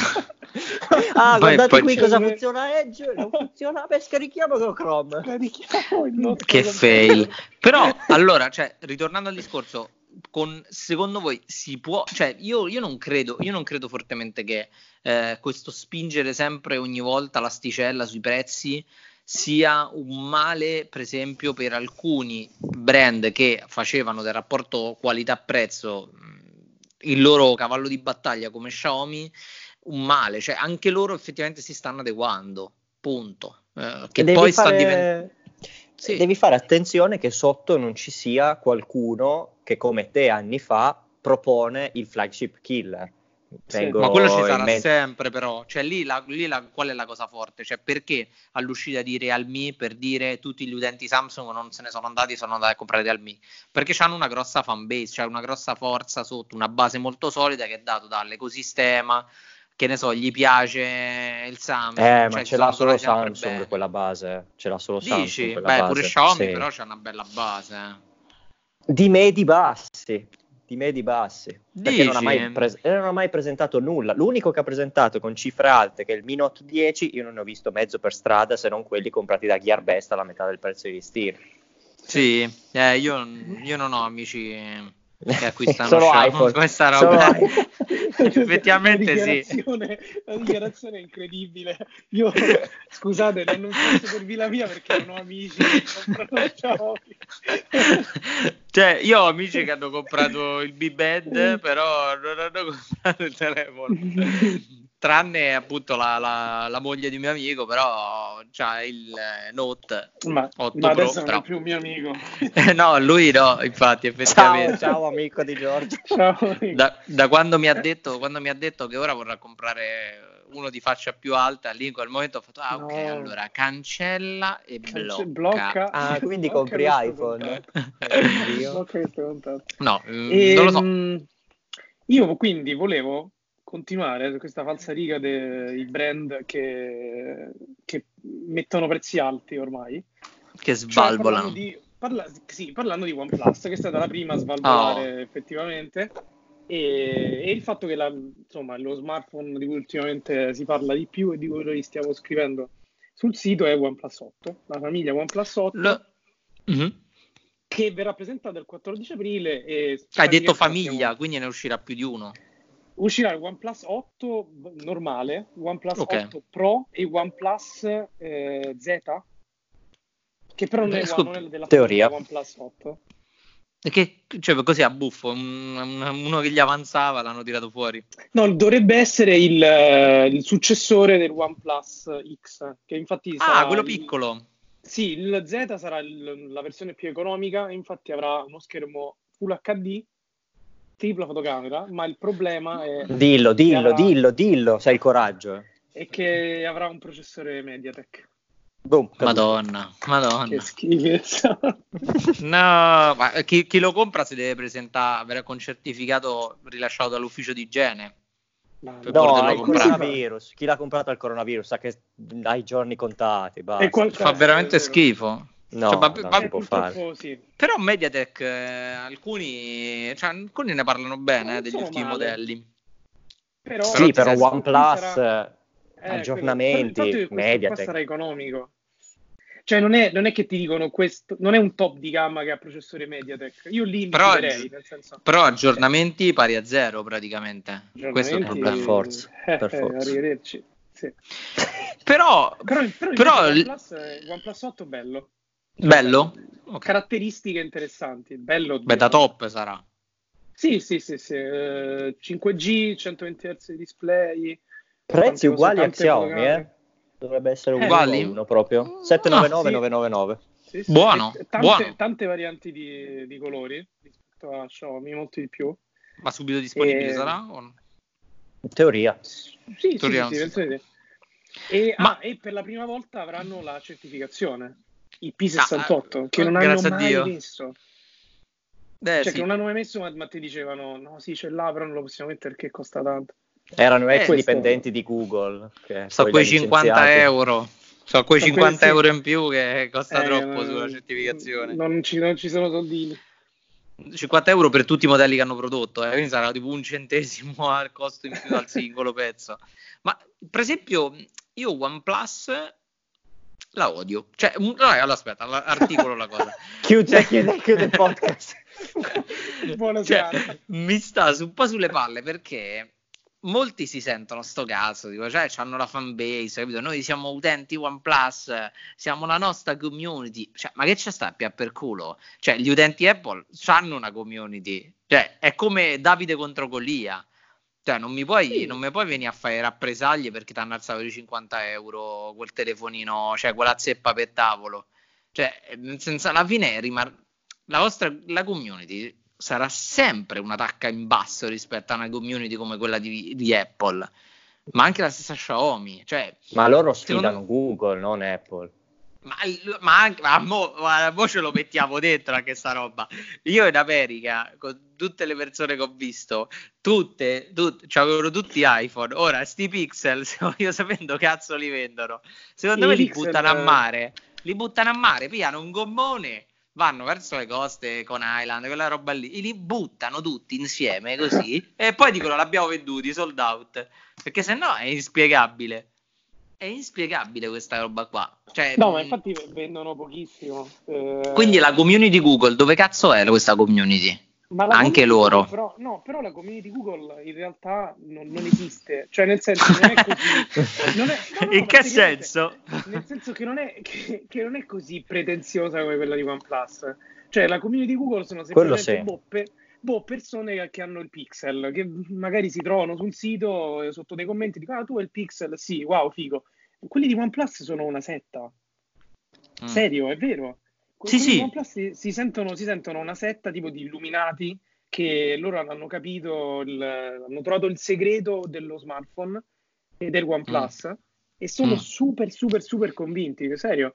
Speaker 3: Ah,
Speaker 1: Poi
Speaker 3: guardate qui
Speaker 2: C'è
Speaker 3: cosa
Speaker 2: pure-
Speaker 3: funziona Edge, non funziona, beh, scarichiamo con Chrome.
Speaker 2: Scarichiamo il nostro
Speaker 1: Che
Speaker 2: computer.
Speaker 1: fail. Però, allora, cioè, ritornando al discorso, secondo voi si può, cioè, io non credo fortemente che questo spingere sempre ogni volta l'asticella sui prezzi sia un male, per esempio, per alcuni brand che facevano del rapporto qualità-prezzo il loro cavallo di battaglia come Xiaomi, un male, cioè anche loro effettivamente si stanno adeguando, punto. Che
Speaker 3: Devi
Speaker 1: poi sta diventando...
Speaker 3: fare...
Speaker 1: Sì.
Speaker 3: Devi fare attenzione che sotto non ci sia qualcuno che come te anni fa propone il flagship killer.
Speaker 2: Sì.
Speaker 1: Ma quello ci
Speaker 3: Vengo in
Speaker 1: sarà
Speaker 3: mente.
Speaker 1: sempre, però. Cioè, qual è la cosa forte? Cioè, perché all'uscita di Realme, per dire tutti gli utenti Samsung non se ne sono andati a comprare Realme? Perché hanno una grossa fanbase, cioè una grossa forza sotto, una base molto solida che è dato dall'ecosistema, che ne so, gli piace il Samsung,
Speaker 3: Ma
Speaker 1: cioè si
Speaker 3: ce l'ha
Speaker 1: sono
Speaker 3: solo
Speaker 1: trovati sempre
Speaker 3: Samsung
Speaker 1: bene.
Speaker 3: quella base. Ce l'ha solo Samsung
Speaker 1: Dici?
Speaker 3: quella
Speaker 1: Beh, pure
Speaker 3: base.
Speaker 1: Xiaomi
Speaker 3: Sì.
Speaker 1: però c'ha una bella base.
Speaker 3: Di medi bassi. Di medi bassi. Perché non
Speaker 1: Dici?
Speaker 3: non ha mai presentato nulla. L'unico che ha presentato con cifre alte, che è il Mi Note 10, io non ne ho visto mezzo per strada, se non quelli comprati da Gearbest alla metà del prezzo di Steam.
Speaker 1: Sì, io non ho amici che acquistano
Speaker 3: Solo iPhone.
Speaker 1: questa
Speaker 3: Solo
Speaker 1: roba.
Speaker 3: iPhone.
Speaker 1: Effettivamente sì.
Speaker 2: La dichiarazione è incredibile. Io, scusate, non posso dirvi la mia perché non ho amici che comprano Xiaomi.
Speaker 1: Cioè, io ho amici che hanno comprato il B-Band, però non hanno comprato il telefono. Tranne appunto la moglie di un mio amico, però c'ha il Note
Speaker 2: Ma
Speaker 1: 8 Pro.
Speaker 2: adesso non
Speaker 1: Però...
Speaker 2: è più un mio amico.
Speaker 1: No, lui no, infatti,
Speaker 3: Ciao,
Speaker 1: effettivamente.
Speaker 3: ciao amico di Giorgio.
Speaker 2: Ciao, amico.
Speaker 1: Da quando mi ha detto che ora vorrà comprare uno di faccia più alta, lì in quel momento ho fatto ok,
Speaker 2: No.
Speaker 1: allora cancella e blocca.
Speaker 2: Blocca.
Speaker 3: Ah, quindi
Speaker 2: Blocca
Speaker 3: compri
Speaker 2: questo
Speaker 3: iPhone?
Speaker 2: contatto.
Speaker 3: Dio.
Speaker 2: Blocca questo contatto.
Speaker 1: No, non lo so.
Speaker 2: Io quindi volevo continuare su questa falsariga dei brand che mettono prezzi alti ormai.
Speaker 1: Che
Speaker 2: Cioè, parlando
Speaker 1: svalvolano.
Speaker 2: parlando di OnePlus, che è stata la prima a
Speaker 1: Oh,
Speaker 2: svalvolare effettivamente, e il fatto che insomma, lo smartphone di cui ultimamente si parla di più e di cui noi stiamo scrivendo sul sito è OnePlus 8, la famiglia OnePlus 8,
Speaker 1: Mhm.
Speaker 2: che verrà presentata il 14 aprile e
Speaker 1: Hai detto
Speaker 2: praticamente
Speaker 1: famiglia, quindi ne uscirà più di uno.
Speaker 2: Uscirà il OnePlus 8 normale, OnePlus
Speaker 1: Ok.
Speaker 2: 8 Pro e OnePlus Z, che però non è, non è della
Speaker 3: Teoria.
Speaker 2: famiglia OnePlus 8.
Speaker 1: Che, cioè, così a buffo, uno che gli avanzava l'hanno tirato fuori.
Speaker 2: No, dovrebbe essere il successore del OnePlus X, che infatti sarà
Speaker 1: Quello piccolo.
Speaker 2: Sì, il Z sarà la versione più economica, infatti avrà uno schermo Full HD, tripla fotocamera, ma il problema è
Speaker 3: Dillo, sai il coraggio.
Speaker 2: è che avrà un processore MediaTek.
Speaker 3: Boom,
Speaker 1: Madonna.
Speaker 2: Che schifezza.
Speaker 1: No, ma chi lo compra si deve presentare con certificato rilasciato dall'ufficio di igiene. Per
Speaker 3: No,
Speaker 1: poterlo
Speaker 3: ha il
Speaker 1: comprare.
Speaker 3: coronavirus. Chi l'ha comprato al coronavirus sa che ha i giorni contati. Basta.
Speaker 1: Fa veramente schifo.
Speaker 3: No,
Speaker 1: Cioè,
Speaker 3: non si può fare.
Speaker 2: Sì.
Speaker 1: Però Mediatek, alcuni ne parlano bene
Speaker 2: Non
Speaker 1: degli
Speaker 2: sono
Speaker 1: ultimi
Speaker 2: male.
Speaker 1: modelli.
Speaker 2: Però,
Speaker 3: Sì, però
Speaker 1: senso,
Speaker 3: OnePlus, aggiornamenti,
Speaker 2: però questo qua
Speaker 3: Mediatek.
Speaker 2: sarà economico. Cioè non è che ti dicono questo, non è un top di gamma che ha processore MediaTek. Io lì investiterei, nel senso.
Speaker 1: Però aggiornamenti pari a zero praticamente. Questo è il problema.
Speaker 3: Per forza.
Speaker 2: Arrivederci. Sì.
Speaker 1: Però
Speaker 2: il OnePlus 8 bello.
Speaker 1: Bello? Okay.
Speaker 2: Caratteristiche interessanti. Bello.
Speaker 1: Da top sarà.
Speaker 2: Sì. 5G, 120 Hz di display.
Speaker 3: Prezzi uguali a Xiaomi, Dovrebbe essere
Speaker 1: uguali?
Speaker 3: uno proprio. 799,999.
Speaker 2: Sì.
Speaker 1: Buono.
Speaker 2: Tante varianti di colori rispetto a Xiaomi, molti di più.
Speaker 1: Ma subito disponibile sarà? O no?
Speaker 3: In teoria.
Speaker 2: Sì, penso di sì. E per la prima volta avranno la certificazione IP68 che non hanno mai messo. Che non hanno mai messo, ma ti dicevano no, sì, ce l'ha, però non lo possiamo mettere perché costa tanto.
Speaker 3: Erano ex dipendenti di Google.
Speaker 1: So quei 50 euro. So quei 50 euro in più che costa troppo sulla certificazione.
Speaker 2: Non ci sono soldini.
Speaker 1: 50 euro per tutti i modelli che hanno prodotto, quindi sarà tipo un centesimo al costo in più dal singolo pezzo. Ma per esempio, io OnePlus la odio. Cioè, allora aspetta, articolo la cosa.
Speaker 3: Chiude il podcast.
Speaker 2: Buonasera.
Speaker 1: Mi sta un po' sulle palle perché molti si sentono sto cazzo, tipo, cioè hanno la fanbase, capito? Noi siamo utenti OnePlus, siamo la nostra community. Cioè, ma che c'è sta per culo? Cioè, gli utenti Apple hanno una community. Cioè, è come Davide contro Golia. Cioè, non mi puoi venire a fare rappresaglie perché ti hanno alzato di 50 euro quel telefonino, cioè quella zeppa per tavolo. Cioè, nel senso, alla fine la community sarà sempre una tacca in basso rispetto a una community come quella di Apple, ma anche la stessa Xiaomi. Cioè,
Speaker 3: ma loro sfidano Google, non Apple.
Speaker 1: Ma mo ce lo mettiamo dentro anche sta roba. Io in America, con tutte le persone che ho visto, tutte avevano tutti iPhone. Ora, sti pixel, io sapendo cazzo li vendono, secondo me li buttano a mare. Pigliano un gommone, vanno verso le coste con Island, quella roba lì, li buttano tutti insieme così e poi dicono l'abbiamo venduti, sold out, perché sennò è inspiegabile. È inspiegabile questa roba qua. Cioè,
Speaker 2: no, ma infatti vendono pochissimo.
Speaker 1: Quindi la community Google, dove cazzo è questa community?
Speaker 2: Ma
Speaker 1: anche loro.
Speaker 2: Però la community Google in realtà non esiste. Cioè, nel senso, non è così.
Speaker 1: In che senso?
Speaker 2: Nel senso che non è così pretenziosa come quella di OnePlus. Cioè, la community Google sono semplicemente persone che hanno il Pixel, che magari si trovano su un sito sotto dei commenti dicono tu hai il Pixel, sì, wow, figo. Quelli di OnePlus sono una setta. Serio, è vero. Quelli di OnePlus si sentono una setta tipo di illuminati che loro hanno capito, hanno trovato il segreto dello smartphone e del OnePlus e sono super super super convinti, serio.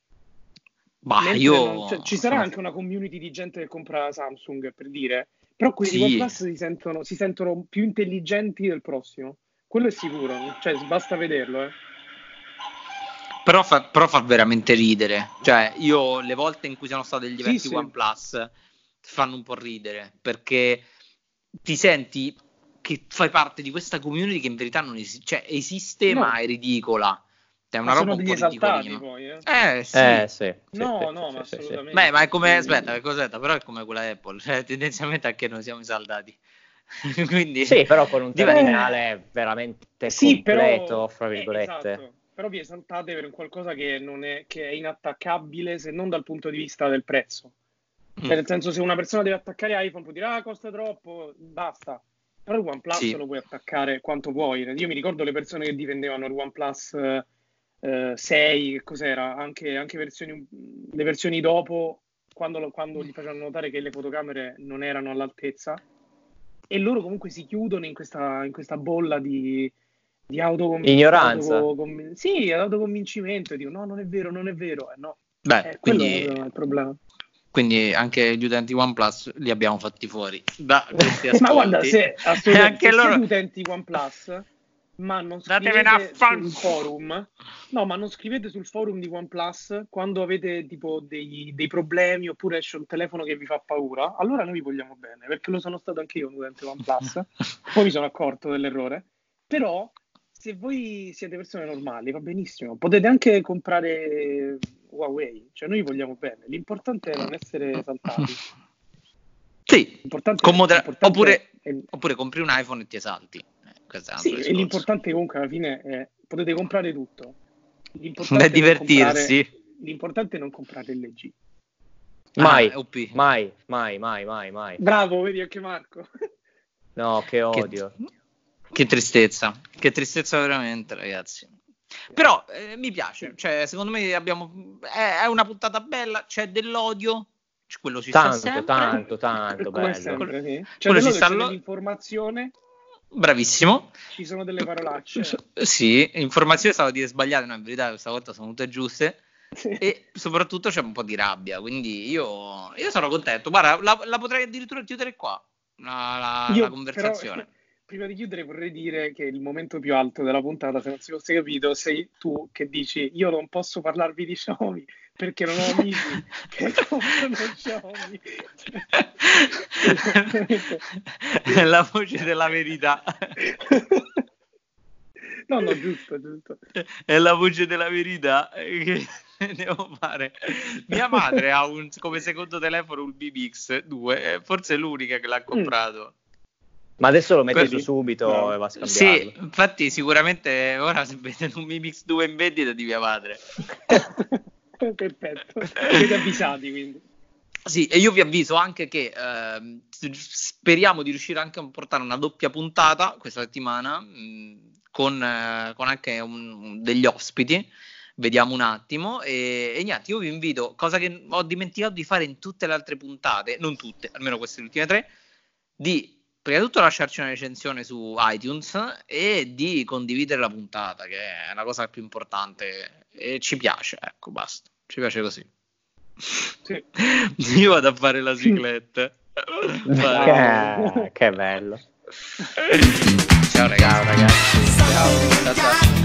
Speaker 2: Ci sarà anche una community di gente che compra Samsung, per dire, però quelli di OnePlus si sentono più intelligenti del prossimo, quello è sicuro, cioè basta vederlo.
Speaker 1: Però fa veramente ridere, cioè io le volte in cui sono stato degli eventi OnePlus fanno un po' ridere, perché ti senti che fai parte di questa community che in verità non esiste, cioè esiste ma è ridicola. È una roba un po' ridicolina.
Speaker 3: Sì.
Speaker 2: No, ma assolutamente.
Speaker 1: Beh, ma è come, aspetta, però è come quella Apple, cioè tendenzialmente anche noi siamo esaldati. Quindi,
Speaker 3: sì, però con un terminale veramente completo,
Speaker 2: però,
Speaker 3: fra virgolette.
Speaker 2: esatto. Però vi esaltate per qualcosa che che è inattaccabile se non dal punto di vista del prezzo. Cioè, nel senso, se una persona deve attaccare iPhone può dire costa troppo, basta. Però il OnePlus lo puoi attaccare quanto vuoi. Io mi ricordo le persone che difendevano il OnePlus 6, che cos'era, anche le versioni dopo, quando gli facevano notare che le fotocamere non erano all'altezza, e loro comunque si chiudono in questa bolla di
Speaker 3: ignoranza.
Speaker 2: autoconvincimento, e dico no, non è vero, non è vero. No.
Speaker 1: Quindi
Speaker 2: quello è il problema.
Speaker 1: Quindi anche gli utenti OnePlus li abbiamo fatti fuori da questi ascolti.
Speaker 2: Ma guarda, se
Speaker 1: anche
Speaker 2: se
Speaker 1: loro...
Speaker 2: siete utenti OnePlus, ma non scrivete sul forum, no, ma non scrivete sul forum di OnePlus quando avete tipo dei problemi, oppure esce un telefono che vi fa paura, allora noi vi vogliamo bene, perché lo sono stato anche io un utente OnePlus, poi mi sono accorto dell'errore. Però se voi siete persone normali, va benissimo, potete anche comprare Huawei, cioè noi vogliamo bene, l'importante è non essere esaltati.
Speaker 1: Sì, oppure compri un iPhone e ti esalti.
Speaker 2: Sì, e l'importante comunque alla fine è potere comprare tutto. L'importante
Speaker 1: è divertirsi.
Speaker 2: L'importante è non comprare LG.
Speaker 3: Mai.
Speaker 2: Bravo, vedi anche Marco.
Speaker 3: No, che odio.
Speaker 1: Che tristezza veramente, ragazzi. Però mi piace, cioè secondo me è una puntata bella, c'è dell'odio, quello ci sta sempre.
Speaker 3: Tanto bello.
Speaker 2: Sempre, sì. C'è dell'informazione.
Speaker 1: Bravissimo.
Speaker 2: Ci sono delle parolacce.
Speaker 1: Sì, informazioni stavo a dire sbagliate, no, in verità questa volta sono tutte giuste. Sì. E soprattutto c'è un po' di rabbia, quindi io sono contento. Guarda, la potrei addirittura chiudere qua, la conversazione.
Speaker 2: Però, prima di chiudere vorrei dire che il momento più alto della puntata, se non si fosse capito, sei tu che dici io non posso parlarvi di Xiaomi perché non ho amici che comprano Xiaomi.
Speaker 1: È la voce della verità.
Speaker 2: No, giusto.
Speaker 1: È la voce della verità che devo fare. Mia madre ha come secondo telefono un BBX2, forse è l'unica che l'ha comprato.
Speaker 3: Ma adesso lo metti su subito e va a scambiarlo.
Speaker 1: Sì, infatti sicuramente ora se vedete un BBX2 in vendita di mia madre.
Speaker 2: Perfetto, siete avvisati quindi.
Speaker 1: Sì, e io vi avviso anche che speriamo di riuscire anche a portare una doppia puntata questa settimana con anche degli ospiti. Vediamo un attimo e niente, io vi invito, cosa che ho dimenticato di fare in tutte le altre puntate, non tutte, almeno queste ultime 3, di prima di tutto lasciarci una recensione su iTunes e di condividere la puntata, che è la cosa più importante e ci piace, ecco, basta, ci piace così.
Speaker 2: Sì.
Speaker 1: Io vado a fare la sigletta.
Speaker 3: Che bello.
Speaker 1: Ciao ragazzi.
Speaker 3: Ciao.